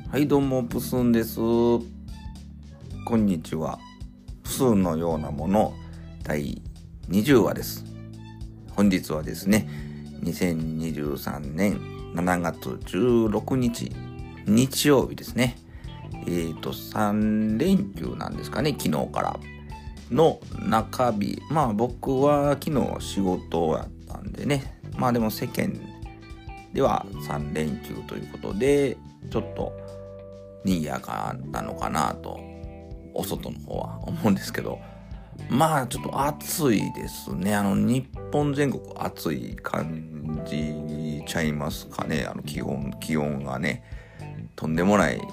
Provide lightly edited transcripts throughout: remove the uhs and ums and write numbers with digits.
はいどうもプスンです。こんにちは。プスンのようなもの第20話です。本日はですね2023年7月16日日曜日ですね。3連休なんですかね、昨日からの中日。僕は昨日仕事やったんでね、でも世間では3連休ということでちょっと賑やかなのかなとお外の方は思うんですけど、ちょっと暑いですね。日本全国暑い感じちゃいますかね。気温がねとんでもない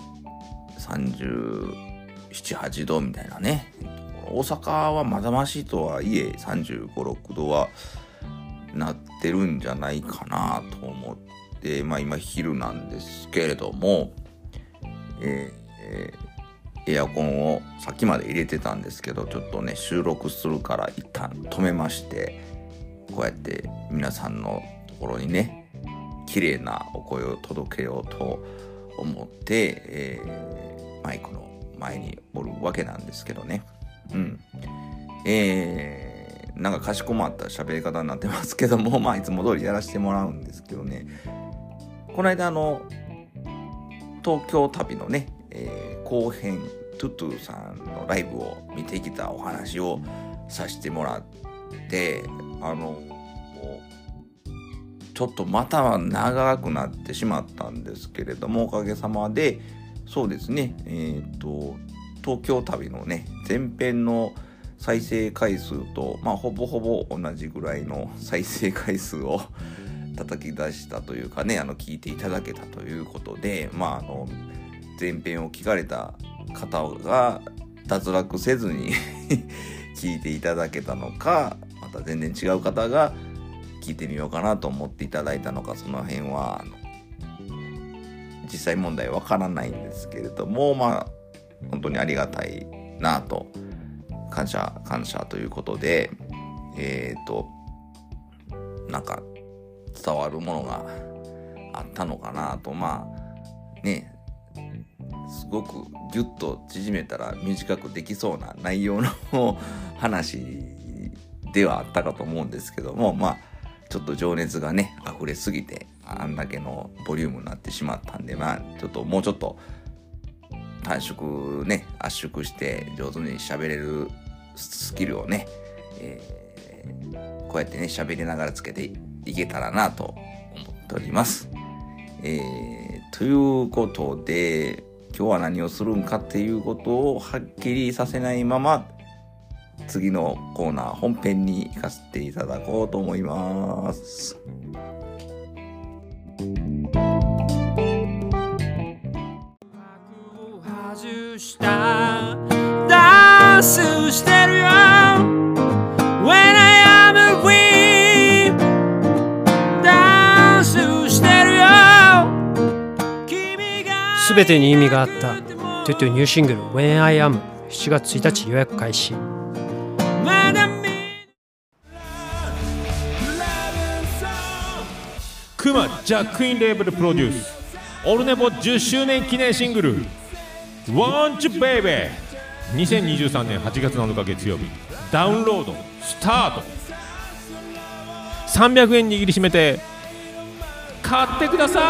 37、8度みたいなね。大阪はまだましとはいえ35、6度はなってるんじゃないかなと思って、今昼なんですけれども、エアコンをさっきまで入れてたんですけど、ちょっとね収録するから一旦止めまして、こうやって皆さんのところにね綺麗なお声を届けようと思って、マイクの前におるわけなんですけどね。なんかかしこまった喋り方になってますけども、いつも通りやらせてもらうんですけどね。この間東京旅のね、後編トゥトゥさんのライブを見てきたお話をさせてもらって、ちょっとまた長くなってしまったんですけれども、おかげさまでそうですね、東京旅のね前編の再生回数とほぼほぼ同じぐらいの再生回数を叩き出したというかね、聞いていただけたということで、前編を聞かれた方が脱落せずに聞いていただけたのか、また全然違う方が聞いてみようかなと思っていただいたのか、その辺は実際問題わからないんですけれども、本当にありがたいなと、感謝ということで、なんか伝わるものがあったのかなと。すごくギュッと縮めたら短くできそうな内容の話ではあったかと思うんですけども、ちょっと情熱がね溢れすぎてあんだけのボリュームになってしまったんで、ちょっともうちょっと短縮ね圧縮して上手に喋れるスキルをね、こうやってね喋りながらつけていけたらなと思っております。ということで今日は何をするんかっていうことをはっきりさせないまま次のコーナー本編に行かせていただこうと思います。外したダンスしてるよ When I am free ダンスしてるよ。 すべてに意味があったトゥトゥニューシングル When I Am 7月1日予約開始。 クマジャックインレーベルプロデュースオルネポ10周年記念シングル Want You Baby 2023年8月7日月曜日ダウンロードスタート。300円握りしめて買ってくださ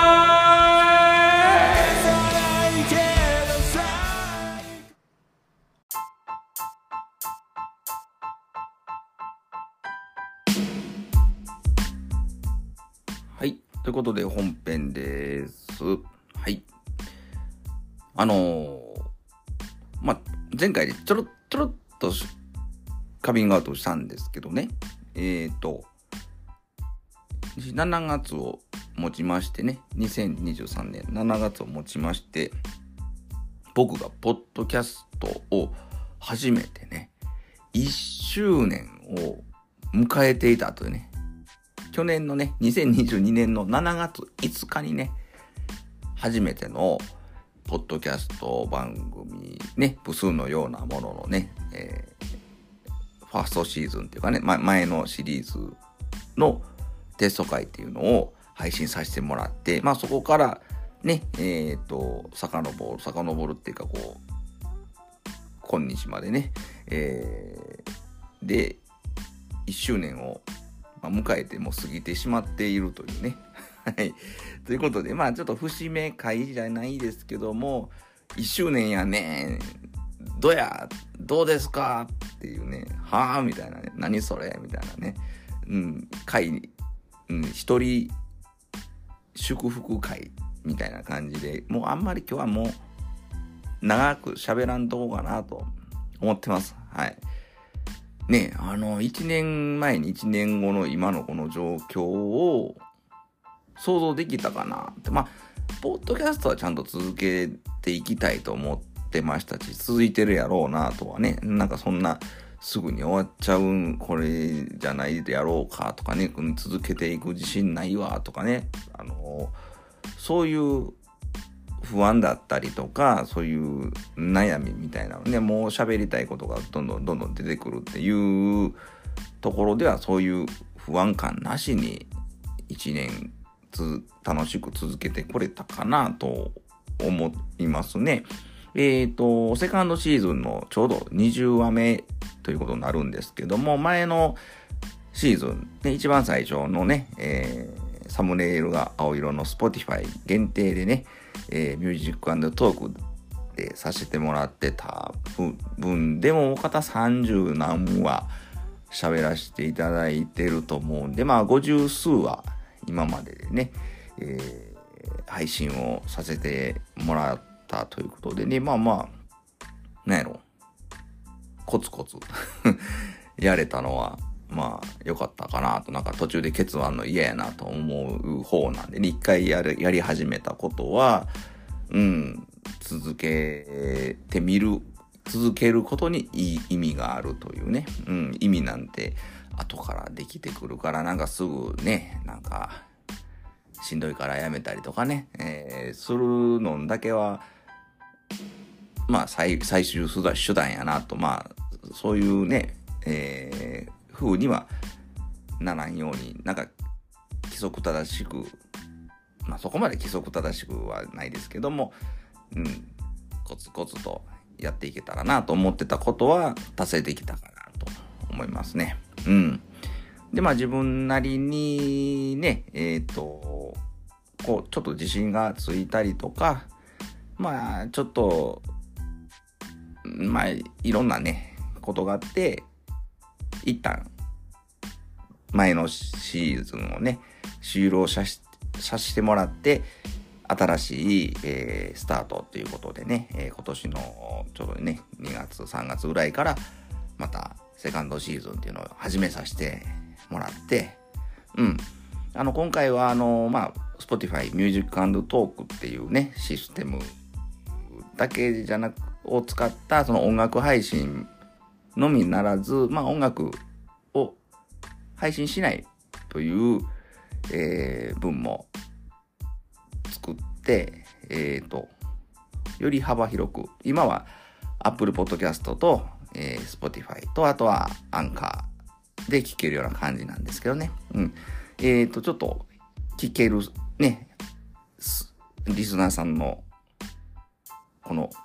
はい、ということで本編です。はい。前回でちょろっとカミングアウトしたんですけどね。7月をもちましてね、2023年7月をもちまして、僕がポッドキャストを初めてね、1周年を迎えていたというね、去年のね、2022年の7月5日にね、初めてのポッドキャスト番組ね、部数のようなもののね、ファーストシーズンっていうかね、前のシリーズのテスト会っていうのを配信させてもらって、そこからね、遡るっていうか、こう、今日までね、で、1周年を迎えても過ぎてしまっているというね。はい。ということで、ちょっと節目会じゃないですけども、1周年やねどうですかっていうね、はぁみたいなね、何それみたいなね、会、一人祝福会みたいな感じで、もうあんまり今日はもう長く喋らんとこうかなと思ってます。はい。ね、1年前に1年後の今のこの状況を想像できたかなって。ポッドキャストはちゃんと続けていきたいと思ってましたし、続いてるやろうなとはね、なんかそんなすぐに終わっちゃうこれじゃないでやろうかとかね、続けていく自信ないわとかね、そういう不安だったりとか、そういう悩みみたいなのね、もう喋りたいことがどんどん出てくるっていうところでは、そういう不安感なしに1年楽しく続けてこれたかなと思いますね。セカンドシーズンのちょうど20話目ということになるんですけども、前のシーズン、ね、一番最初のね、サムネイルが青色の Spotify 限定でね、ミュージック&トークでさせてもらってた分でも、お方30何話喋らせていただいてると思うんで、50数話今まででね、配信をさせてもらったということでね、なんやろ、コツコツやれたのは良かったかなと。なんか途中でケツ割んの嫌やなと思う方なんで、一回やり始めたことは続けることにいい意味があるというね、意味なんて後からできてくるから、なんかすぐね、なんかしんどいからやめたりとかね、するのだけは最終手段やなと、そういうね、風にはならんように、なんか規則正しく、そこまで規則正しくはないですけども、コツコツとやっていけたらなと思ってたことは達成できたかなと思いますね。で、自分なりにね、こうちょっと自信がついたりとか、ちょっといろんなねことがあって、一旦前のシーズンをね終了させてもらって、新しい、スタートということでね、今年のちょうどね2月3月ぐらいからまたセカンドシーズンっていうのを始めさせてもらって、今回はSpotify ミュージック&トークっていうねシステムだけじゃなくを使ったその音楽配信のみならず、音楽を配信しないという、文も作って、より幅広く、今は Apple Podcast と、Spotify と、あとはアンカーで聴けるような感じなんですけどね。ちょっと聴けるね、リスナーさんのこの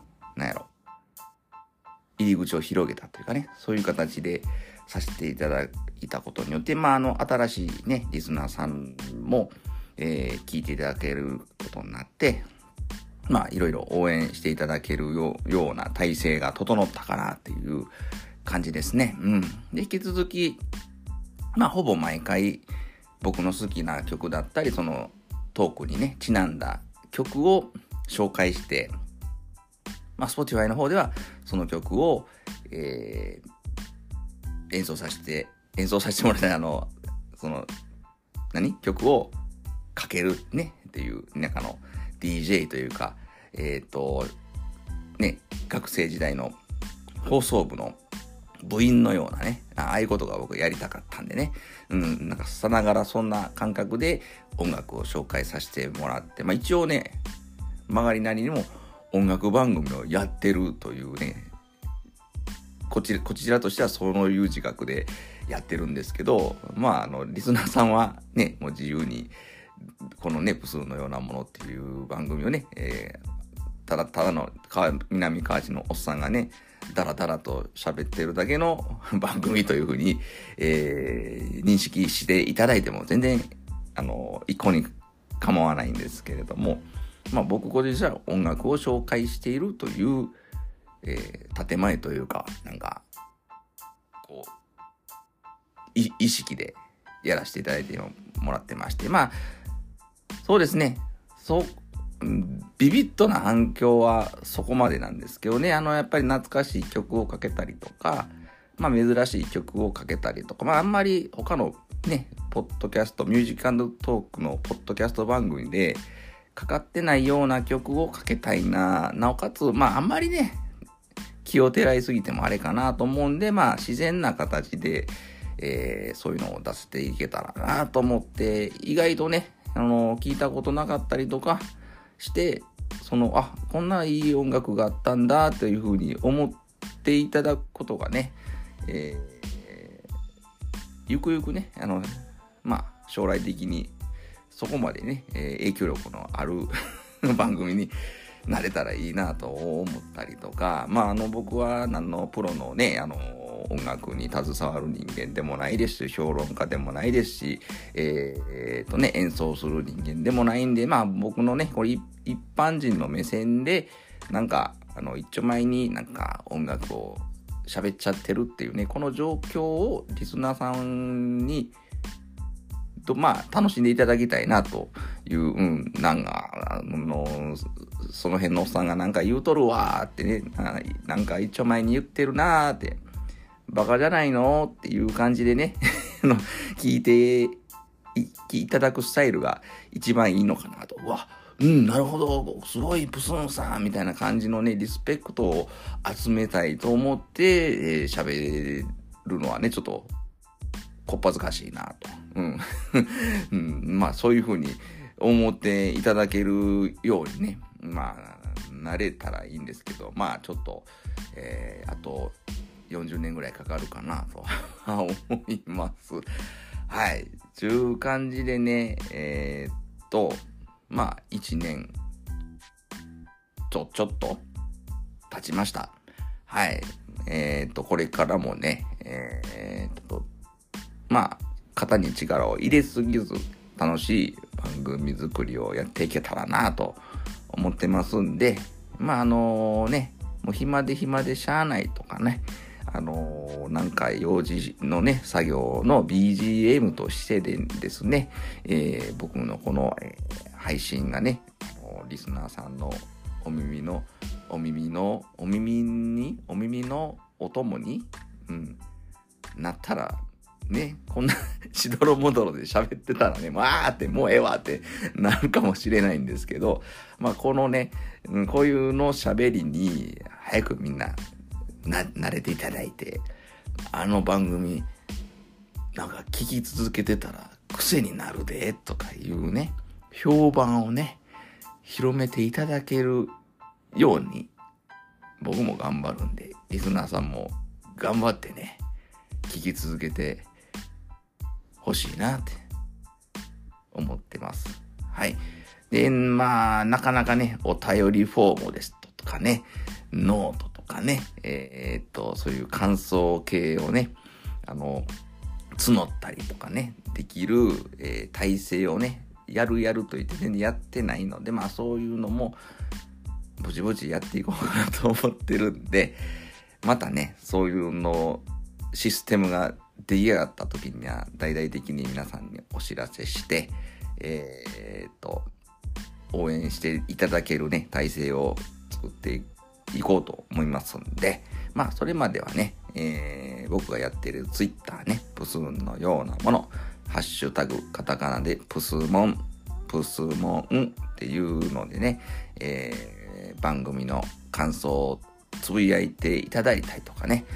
入り口を広げたというかね、そういう形でさせていただいたことによって、新しいねリスナーさんも、聞いていただけることになって、いろいろ応援していただけるような体制が整ったかなっていう感じですね。で、引き続きほぼ毎回僕の好きな曲だったり、そのトークにねちなんだ曲を紹介して、Spotify の方ではその曲を、演奏させてもらった曲をかけるねっていう中の DJ というか、学生時代の放送部の部員のようなね、ああいうことが僕やりたかったんでね、なんかさながらそんな感覚で音楽を紹介させてもらって、一応ね曲がりなりにも音楽番組をやってるというね、こちらとしてはそういう自覚でやってるんですけど、リスナーさんはねもう自由にこのねプスのようなものっていう番組をね、ただの南河内のおっさんがねだらだらと喋ってるだけの番組というふうに、認識していただいても全然一向に構わないんですけれども、僕個人としては音楽を紹介しているという、建前というかなんかこう意識でやらせていただいてもらってまして、そうですね、ビビッドな反響はそこまでなんですけどね、やっぱり懐かしい曲をかけたりとか、珍しい曲をかけたりとか、あんまり他のねポッドキャストミュージック&トークのポッドキャスト番組でかかってないような曲をかけたいなおかつあんまりね気をてらいすぎてもあれかなと思うんで、自然な形で、そういうのを出せていけたらなと思って、意外とね聞いたことなかったりとかしてこんないい音楽があったんだというふうに思っていただくことがね、ゆくゆくね将来的にそこまでね、影響力のある番組になれたらいいなと思ったりとか、僕は何のプロのね音楽に携わる人間でもないですし、評論家でもないですし、演奏する人間でもないんで、僕のねこれ一般人の目線で一丁前に音楽を喋っちゃってるっていうね、この状況をリスナーさんに楽しんでいただきたいなという、その辺のおっさんが言うとるわーってね、一丁前に言ってるなーって、バカじゃないのっていう感じでね聞いていただくスタイルが一番いいのかなと。なるほど、すごいプスンさんみたいな感じのねリスペクトを集めたいと思って喋るのはねちょっとこっぱずかしいなと、そういうふうに思っていただけるようにねなれたらいいんですけど、ちょっと、あと40年ぐらいかかるかなと思います。はい、という感じでね1年ちょっと経ちました。はい、これからもね肩に力を入れすぎず楽しい番組作りをやっていけたらなと思ってますんで、もう暇でしゃあないとかね、用事のね作業の BGM としてですね、僕のこの、配信がねリスナーさんのお耳のお供に、なったらね、こんなしどろもどろで喋ってたらねもうええわってなるかもしれないんですけど、このねこういうの喋りに早くみんな慣れていただいて、番組聞き続けてたら癖になるでとかいうね評判をね広めていただけるように僕も頑張るんで、リスナーさんも頑張ってね聞き続けてほしいなって思ってます。はい。でなかなかねお便りフォームですとかねノートとかねそういう感想系をね募ったりとかねできる、体制をねやると言って全然やってないので、そういうのもぼちぼちやっていこうかなと思ってるんで、またねそういうのシステムが出来上がった時には大々的に皆さんにお知らせして応援していただけるね体制を作っていこうと思いますんで、それまではね、僕がやってるツイッターねプスーンのようなものハッシュタグカタカナでプスモンっていうのでね、番組の感想をつぶやいていただいたりとかね、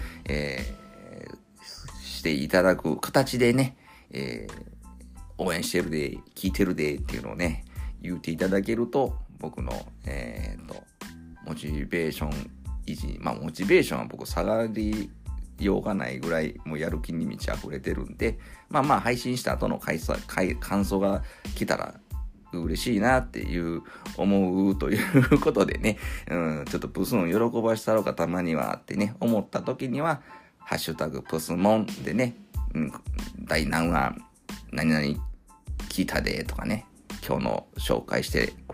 していただく形でね、応援してるで聞いてるでっていうのをね言っていただけると僕のモチベーション維持、モチベーションは僕下がりようがないぐらいもうやる気に満ち溢れてるんで、配信した後の感想が来たら嬉しいなっていう思うということでね、ちょっとプスン喜ばしたろうかたまにはってね思った時にはハッシュタグプスモンでね、第何話何々聞いたでとかね、今日の紹介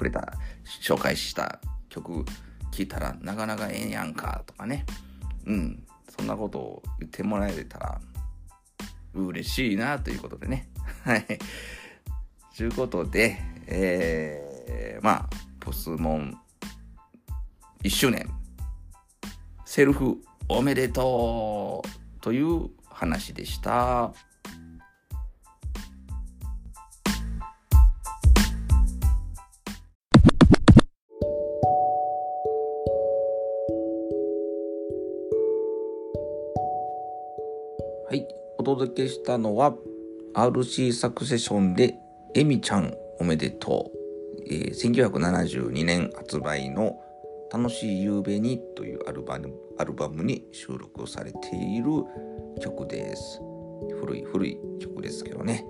した曲聞いたらなかなかええやんかとかね、そんなことを言ってもらえたら嬉しいなということでねはいということで、プスモン1周年セルフおめでとうという話でした。はい、お届けしたのは RC サクセションでエミちゃんおめでとう、1972年発売の楽しい夕べにというアルバムに収録されている曲です。古い曲ですけどね。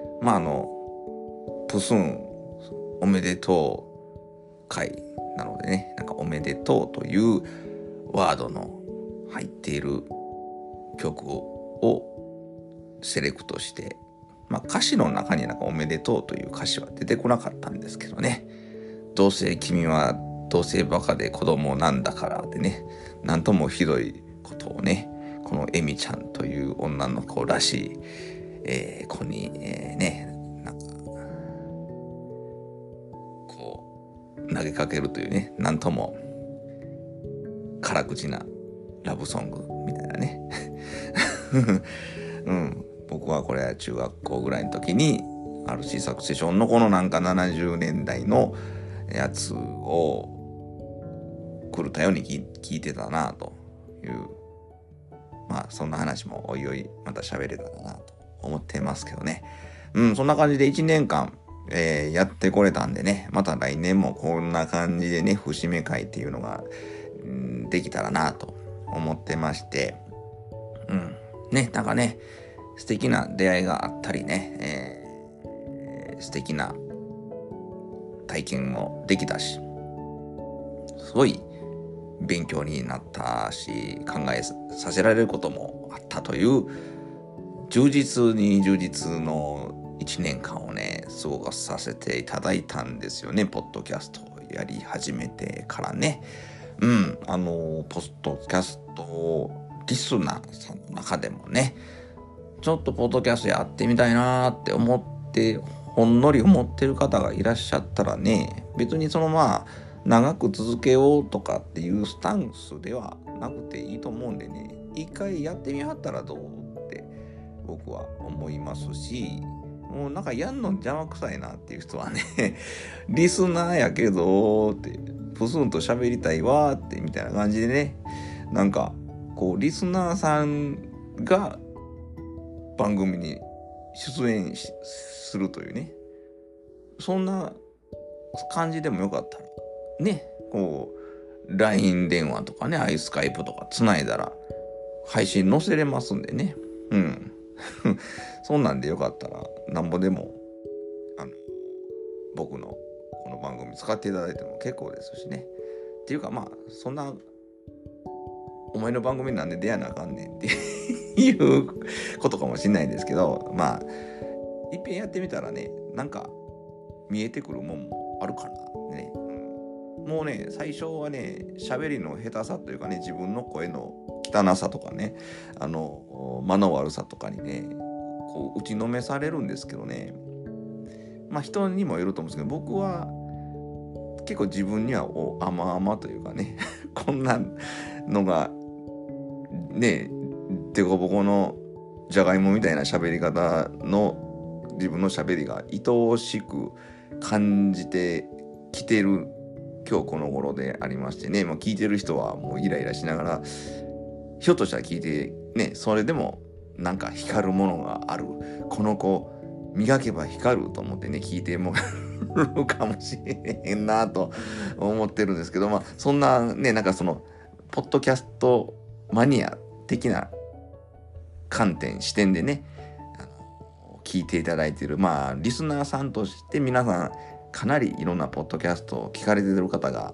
プスンおめでとう会なのでね、なんかおめでとうというワードの入っている曲をセレクトして、歌詞の中になんかおめでとうという歌詞は出てこなかったんですけどね、どうせ君はどうせバカで子供なんだからってね、なんともひどいことをね、このエミちゃんという女の子らしい、子に、なんかこう投げかけるというね、なんとも辛口なラブソングみたいなね僕はこれ中学校ぐらいの時に RC サクセションのこのなんか70年代のやつを狂ったように聞いてたなという、そんな話もおいおいまた喋れたらなと思ってますけどね。そんな感じで1年間、やってこれたんでね、また来年もこんな感じでね、節目会っていうのが、できたらなと思ってまして、なんかね、素敵な出会いがあったりね、素敵な体験もできたし、すごい勉強になったし、考えさせられることもあったという充実の1年間をね過ごさせていただいたんですよね。ポッドキャストをやり始めてからね、ポッドキャストリスナーさんの中でもね、ちょっとポッドキャストやってみたいなって思ってほんのり思ってる方がいらっしゃったらね、別に長く続けようとかっていうスタンスではなくていいと思うんでね、一回やってみはったらどうって僕は思いますし、もうなんかやんの邪魔くさいなっていう人はねリスナーやけどってプスンと喋りたいわってみたいな感じでね、なんかこうリスナーさんが番組に出演するというね、そんな感じでもよかったらね、こう LINE 電話とかね、スカイプとかつないだら配信載せれますんでね、そんなんでよかったらなんぼでも僕のこの番組使っていただいても結構ですしね。っていうかそんなお前の番組なんで出やなあかんねんっていうことかもしれないですけど、いっぺんやってみたらね、なんか見えてくるもんもあるかなね。もうね、最初はね、喋りの下手さというかね、自分の声の汚さとかね、間の悪さとかにね、こう打ちのめされるんですけどね、人にもよると思うんですけど、僕は結構自分には甘々というかねこんなのがね、デコボコのじゃがいもみたいな喋り方の自分の喋りが愛おしく感じてきてる今日この頃でありましてね、聞いてる人はもうイライラしながら、ひょっとしたら聞いてね、それでもなんか光るものがある、この子磨けば光ると思ってね、聞いてもらうかもしれへんなと思ってるんですけど、そんなね、なんかそのポッドキャストマニア的な視点でね、聞いていただいているリスナーさんとして皆さんかなりいろんなポッドキャストを聞かれてる方が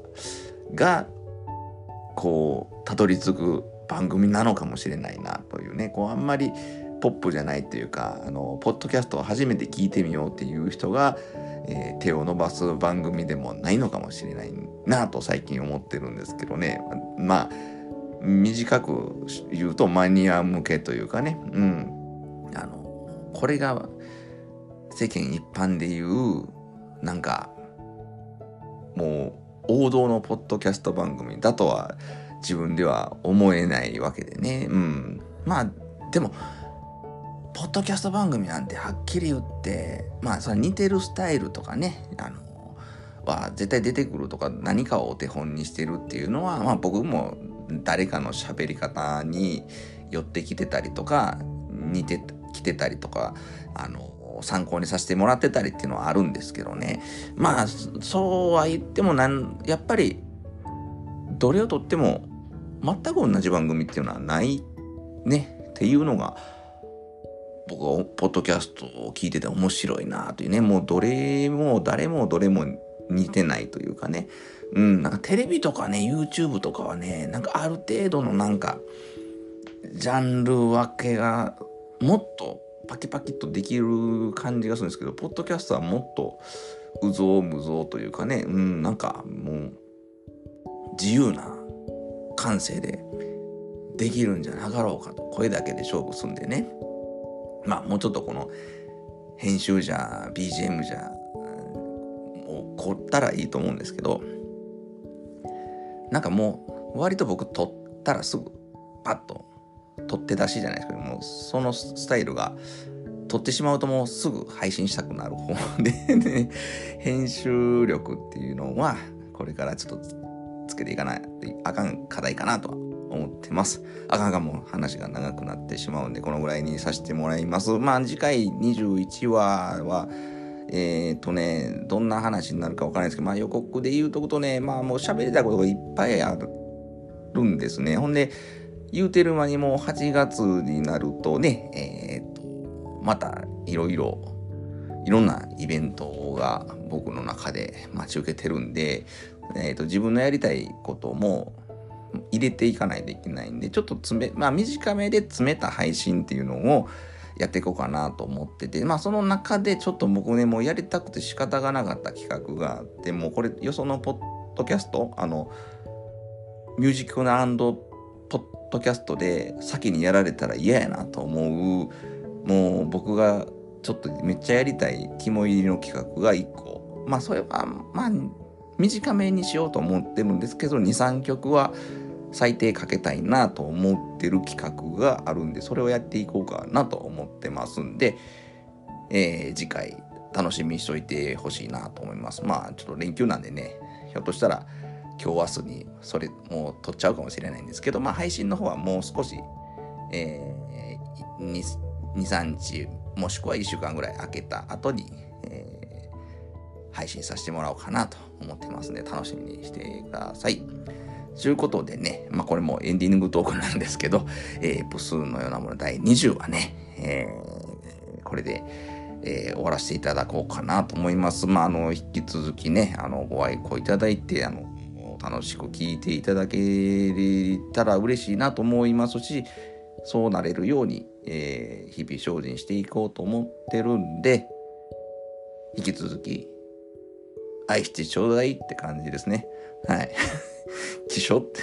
こうたどり着く番組なのかもしれないなというね、こうあんまりポップじゃないというか、ポッドキャストを初めて聞いてみようっていう人が、手を伸ばす番組でもないのかもしれないなと最近思ってるんですけどね。まあ短く言うとマニア向けというかね、これが世間一般でいうなんかもう王道のポッドキャスト番組だとは自分では思えないわけでね。まあでもポッドキャスト番組なんてはっきり言ってそれ似てるスタイルとかねは絶対出てくるとか、何かをお手本にしてるっていうのは僕も誰かの喋り方に寄ってきてたりとか似てきてたりとか参考にさせてもらってたりっていうのはあるんですけどね。そうは言ってもやっぱりどれをとっても全く同じ番組っていうのはないねっていうのが僕はポッドキャストを聞いてて面白いなというね。もうどれも似てないというかね。なんかテレビとかね YouTube とかはねなんかある程度のなんかジャンル分けがもっとパキパキっとできる感じがするんですけど、ポッドキャストはもっとうぞうむぞうというかね、なんかもう自由な感性でできるんじゃなかろうかと、声だけで勝負するんでね。もうちょっとこの編集じゃ BGM じゃもう凝ったらいいと思うんですけど、なんかもう割と僕撮ったらすぐパッと取って出しじゃないですけども、そのスタイルが撮ってしまうともうすぐ配信したくなる方で、ね、編集力っていうのはこれからちょっとつけていかないあかん課題かなとは思ってます。あかんもう話が長くなってしまうんでこのぐらいにさせてもらいます。次回21話はどんな話になるかわからないですけど、予告で言うとくとね、もう喋りたいことがいっぱいあるんですね。ほんで言うてる間にもう8月になるとね、またいろんなイベントが僕の中で待ち受けてるんで、自分のやりたいことも入れていかないといけないんで、ちょっと短めで詰めた配信っていうのをやっていこうかなと思ってて、その中でちょっと僕ねもうやりたくて仕方がなかった企画があって、もうこれよそのポッドキャストミュージックポッドキャストで先にやられたら嫌やなと思う、もう僕がちょっとめっちゃやりたい肝入りの企画が1個、それは短めにしようと思ってるんですけど 2,3 曲は最低かけたいなと思ってる企画があるんで、それをやっていこうかなと思ってますんで、次回楽しみにしといてほしいなと思います。ちょっと連休なんでね、ひょっとしたら今日明日にそれもう撮っちゃうかもしれないんですけど、配信の方はもう少し、2,3 日もしくは1週間ぐらい空けた後に、配信させてもらおうかなと思ってますので楽しみにしてください。ということでね、これもエンディングトークなんですけど、プスーンのようなもの第20話ね、これで、終わらせていただこうかなと思います。引き続きねご愛顧いただいて楽しく聞いていただけたら嬉しいなと思いますし、そうなれるように、日々精進していこうと思ってるんで、引き続き愛してちょうだいって感じですね。はい。きっしょい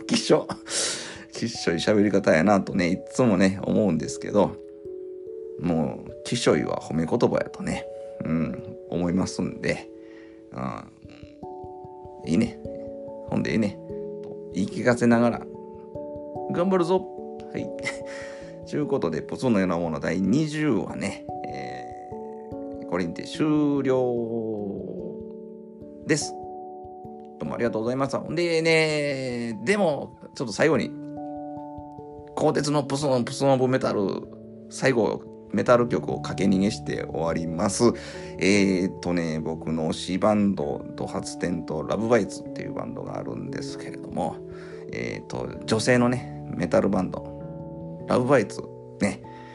喋り方やなとねいつもね思うんですけど、もうきっしょいは褒め言葉やとね思いますんで、いいね、ほんでいいねと言い聞かせながら頑張るぞ。はいということでプスのようなもの第20話ね、これにて終了です。どうもありがとうございました。でね、でもちょっと最後に鋼鉄のプスノブメタル最後メタル曲をかけ逃げして終わります。僕の推しバンドド発展とラブバイツっていうバンドがあるんですけれども、女性のねメタルバンドラブバイツ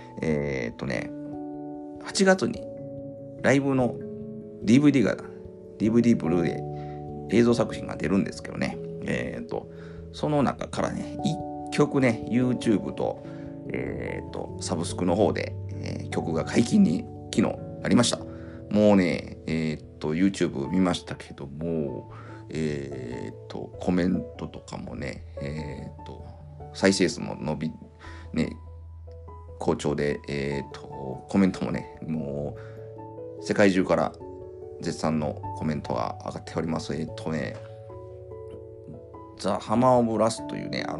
ね、8月にライブの DVD が DVD ブルーレイ映像作品が出るんですけどね、その中からね1曲ね YouTube と、サブスクの方で、曲が解禁に昨日なりました。もうねYouTube 見ましたけども、コメントとかもね再生数も伸びね好調でコメントもねもう世界中から絶賛のコメントが上がっております。ザ・ハマー・オブ・ラスというねフ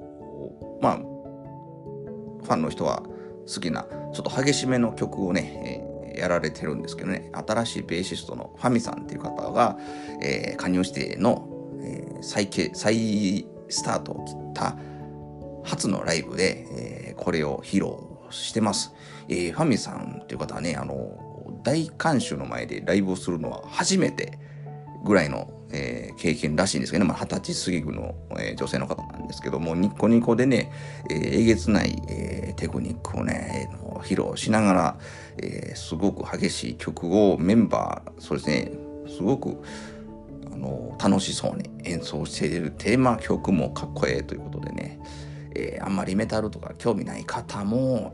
ァンの人は好きなちょっと激しめの曲をね、やられてるんですけどね、新しいベーシストのファミさんっていう方が、加入しての、再スタートを切った初のライブで、これを披露してます。ファミさんっていう方はね大観衆の前でライブをするのは初めてぐらいの、経験らしいんですけどね、20歳過ぎの、女性の方なんですけども、ニコニコでね、えげつない、テクニックをね、披露しながら、すごく激しい曲をメンバーそうですねすごく楽しそうに演奏しているテーマ曲もかっこええということでね、あんまりメタルとか興味ない方も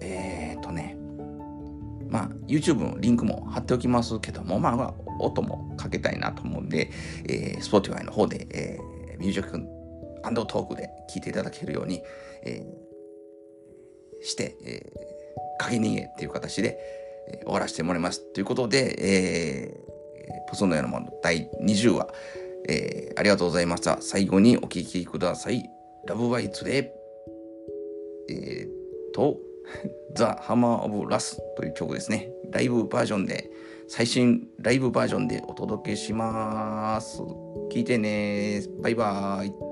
YouTube のリンクも貼っておきますけども、音もかけたいなと思うんで、Spotify の方で、ミュージック&トークで聴いていただけるように、して、影逃げっていう形で、終わらせてもらいますということで、プスのようなもの第20話、ありがとうございました。最後にお聴きください。ラブワイツでザ・ハマー・オブ・ラスという曲ですね。ライブバージョンで最新ライブバージョンでお届けします。聞いてね。バイバイ。